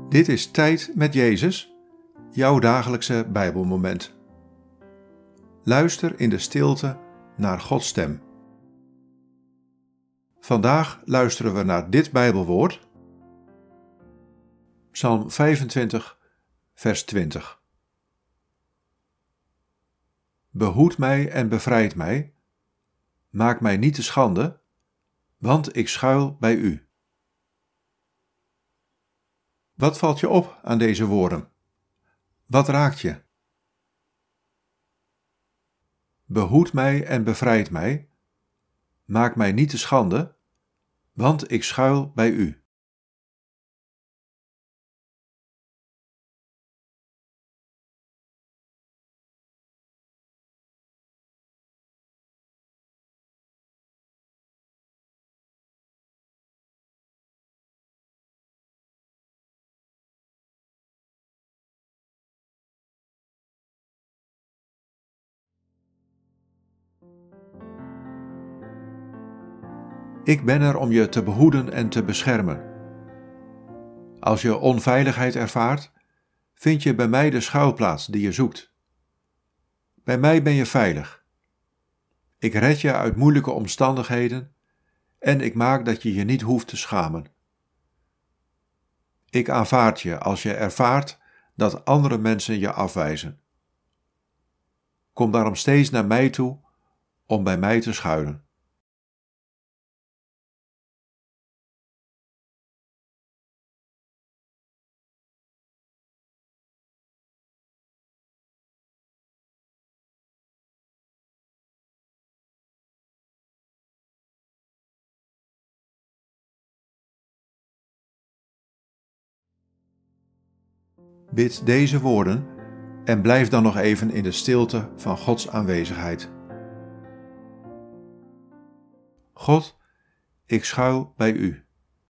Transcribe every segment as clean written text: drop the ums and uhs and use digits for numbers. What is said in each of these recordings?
Dit is Tijd met Jezus, jouw dagelijkse Bijbelmoment. Luister in de stilte naar Gods stem. Vandaag luisteren we naar dit Bijbelwoord. Psalm 25, vers 20. Behoed mij en bevrijd mij, maak mij niet te schande, want ik schuil bij u. Wat valt je op aan deze woorden? Wat raakt je? Behoed mij en bevrijd mij, maak mij niet te schande, want ik schuil bij u. Ik ben er om je te behoeden en te beschermen. Als je onveiligheid ervaart, vind je bij mij de schuilplaats die je zoekt. Bij mij ben je veilig. Ik red je uit moeilijke omstandigheden en ik maak dat je je niet hoeft te schamen. Ik aanvaard je als je ervaart dat andere mensen je afwijzen. Kom daarom steeds naar mij toe om bij mij te schuilen. Bid deze woorden en blijf dan nog even in de stilte van Gods aanwezigheid. God, ik schuil bij u.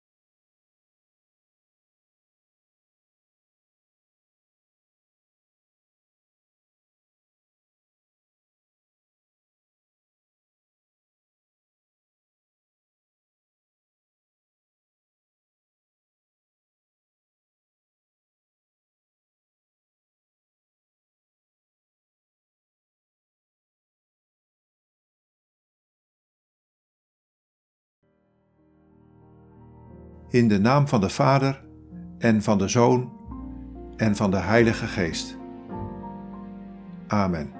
In de naam van de Vader en van de Zoon en van de Heilige Geest. Amen.